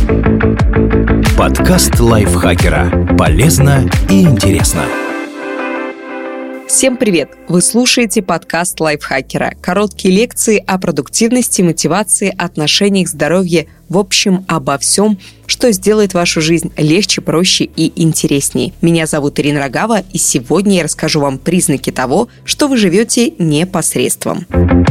Подкаст лайфхакера. Полезно и интересно. Всем привет! Вы слушаете подкаст лайфхакера. Короткие лекции о продуктивности, мотивации, отношениях, здоровье, в общем, обо всем, что сделает вашу жизнь легче, проще и интереснее. Меня зовут Ирина Рогава, и сегодня я расскажу вам признаки того, что вы живете непосредством.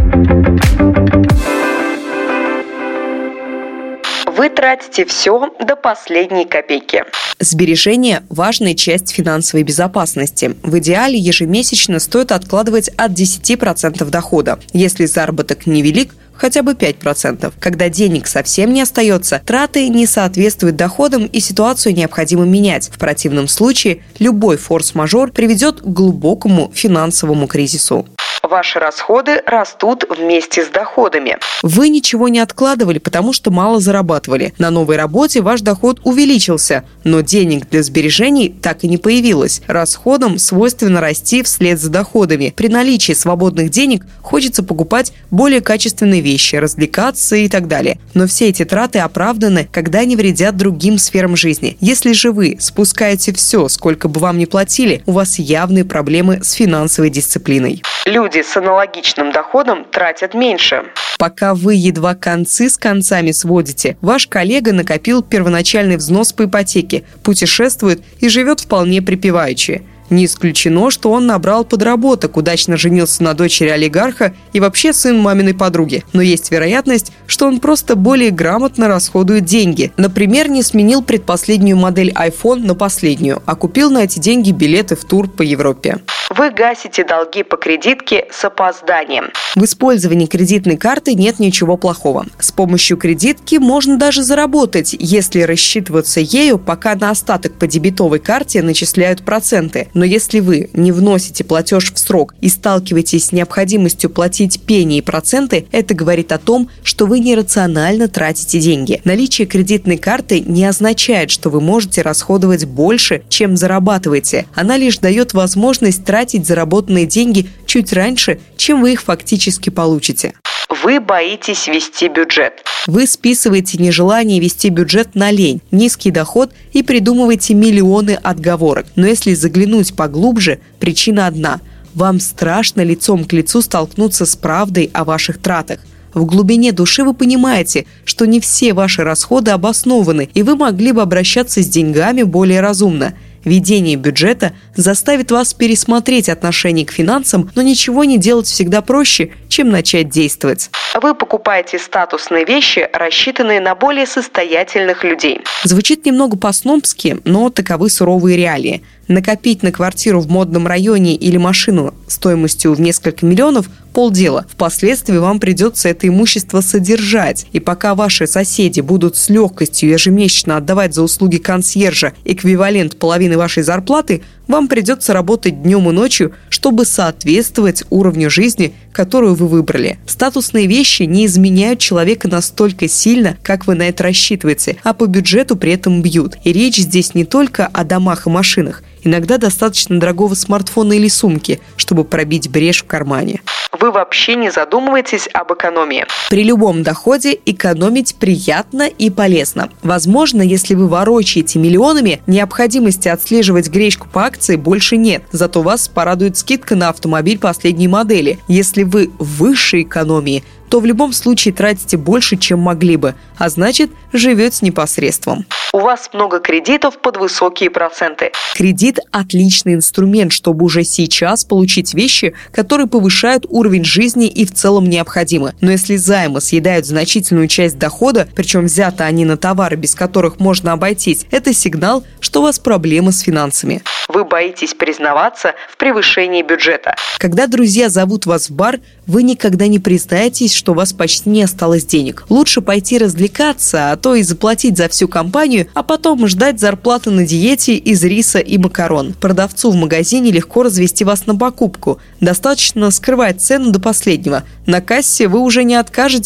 Вы тратите все до последней копейки. Сбережения – важная часть финансовой безопасности. В идеале ежемесячно стоит откладывать от 10% дохода. Если заработок невелик, хотя бы 5%. Когда денег совсем не остается, траты не соответствуют доходам и ситуацию необходимо менять. В противном случае любой форс-мажор приведет к глубокому финансовому кризису. Ваши расходы растут вместе с доходами. Вы ничего не откладывали, потому что мало зарабатывали. На новой работе ваш доход увеличился, но денег для сбережений так и не появилось. Расходам свойственно расти вслед за доходами. При наличии свободных денег хочется покупать более качественные вещи, развлекаться и так далее. Но все эти траты оправданы, когда они вредят другим сферам жизни. Если же вы спускаете все, сколько бы вам ни платили, у вас явные проблемы с финансовой дисциплиной. Люди с аналогичным доходом тратят меньше. Пока вы едва концы с концами сводите, ваш коллега накопил первоначальный взнос по ипотеке, путешествует и живет вполне припеваючи. Не исключено, что он набрал подработок, удачно женился на дочери олигарха и вообще сын маминой подруги. Но есть вероятность, что он просто более грамотно расходует деньги. Например, не сменил предпоследнюю модель iPhone на последнюю, а купил на эти деньги билеты в тур по Европе. Вы гасите долги по кредитке с опозданием. В использовании кредитной карты нет ничего плохого. С помощью кредитки можно даже заработать, если рассчитываться ею, пока на остаток по дебетовой карте начисляют проценты. Но если вы не вносите платеж в срок и сталкиваетесь с необходимостью платить пени и проценты, это говорит о том, что вы нерационально тратите деньги. Наличие кредитной карты не означает, что вы можете расходовать больше, чем зарабатываете. Она лишь дает возможность тратить заработанные деньги чуть раньше, чем вы их фактически получите. Вы боитесь вести бюджет. Вы списываете нежелание вести бюджет на лень, низкий доход и придумываете миллионы отговорок. Но если заглянуть поглубже, причина одна – вам страшно лицом к лицу столкнуться с правдой о ваших тратах. В глубине души вы понимаете, что не все ваши расходы обоснованы, и вы могли бы обращаться с деньгами более разумно. Ведение бюджета заставит вас пересмотреть отношение к финансам, но ничего не делать всегда проще, чем начать действовать. Вы покупаете статусные вещи, рассчитанные на более состоятельных людей. Звучит немного по-снобски, но таковы суровые реалии. Накопить на квартиру в модном районе или машину стоимостью в несколько миллионов – полдела. Впоследствии вам придется это имущество содержать. И пока ваши соседи будут с легкостью ежемесячно отдавать за услуги консьержа эквивалент половины вашей зарплаты, вам придется работать днем и ночью, чтобы соответствовать уровню жизни, которую вы выбрали. Статусные вещи не изменяют человека настолько сильно, как вы на это рассчитываете, а по бюджету при этом бьют. И речь здесь не только о домах и машинах. Иногда достаточно дорогого смартфона или сумки, чтобы пробить брешь в кармане. Вы вообще не задумываетесь об экономии. При любом доходе экономить приятно и полезно. Возможно, если вы ворочаете миллионами, необходимости отслеживать гречку по акции больше нет. Зато вас порадует скидка на автомобиль последней модели. Если вы в высшей экономии, то в любом случае тратите больше, чем могли бы, а значит, живете с непосредством. У вас много кредитов под высокие проценты. Кредит – отличный инструмент, чтобы уже сейчас получить вещи, которые повышают уровень жизни и в целом необходимы. Но если займы съедают значительную часть дохода, причем взяты они на товары, без которых можно обойтись, это сигнал, что у вас проблемы с финансами. Вы боитесь признаваться в превышении бюджета. Когда друзья зовут вас в бар, вы никогда не признаетесь, что у вас почти не осталось денег. Лучше пойти развлекаться, а то и заплатить за всю компанию, а потом ждать зарплаты на диете из риса и макарон. Продавцу в магазине легко развести вас на покупку. Достаточно скрывать цену до последнего. На кассе вы уже не откажетесь,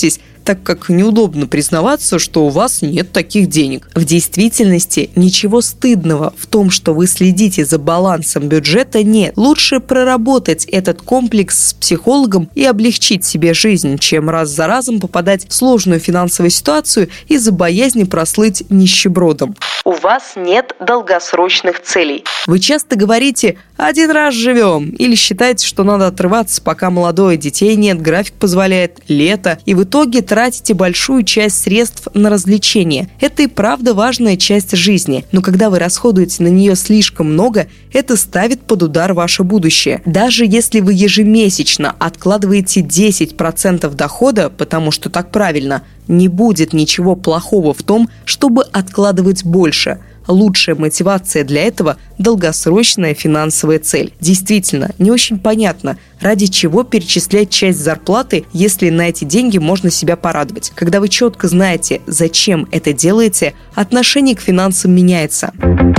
так как неудобно признаваться, что у вас нет таких денег. В действительности ничего стыдного в том, что вы следите за балансом бюджета, нет. Лучше проработать этот комплекс с психологом и облегчить себе жизнь, чем раз за разом попадать в сложную финансовую ситуацию из-за боязни прослыть нищебродом. У вас нет долгосрочных целей. Вы часто говорите «один раз живем» или считаете, что надо отрываться, пока молодой, детей нет, график позволяет, лето, и в итоге тратите большую часть средств на развлечения. Это и правда важная часть жизни, но когда вы расходуете на нее слишком много, это ставит под удар ваше будущее. Даже если вы ежемесячно откладываете 10% дохода, потому что так правильно, не будет ничего плохого в том, чтобы откладывать больше. Лучшая мотивация для этого – долгосрочная финансовая цель. Действительно, не очень понятно, ради чего перечислять часть зарплаты, если на эти деньги можно себя порадовать. Когда вы четко знаете, зачем это делаете, отношение к финансам меняется.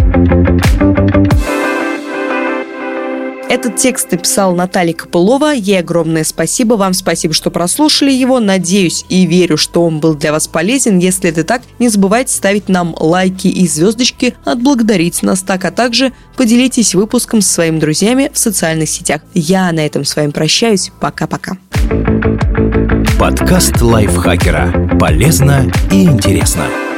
Этот текст написала Наталья Копылова. Ей огромное спасибо. Вам спасибо, что прослушали его. Надеюсь и верю, что он был для вас полезен. Если это так, не забывайте ставить нам лайки и звездочки, отблагодарить нас так, а также поделитесь выпуском со своими друзьями в социальных сетях. Я на этом с вами прощаюсь. Пока-пока. Подкаст лайфхакера. Полезно и интересно.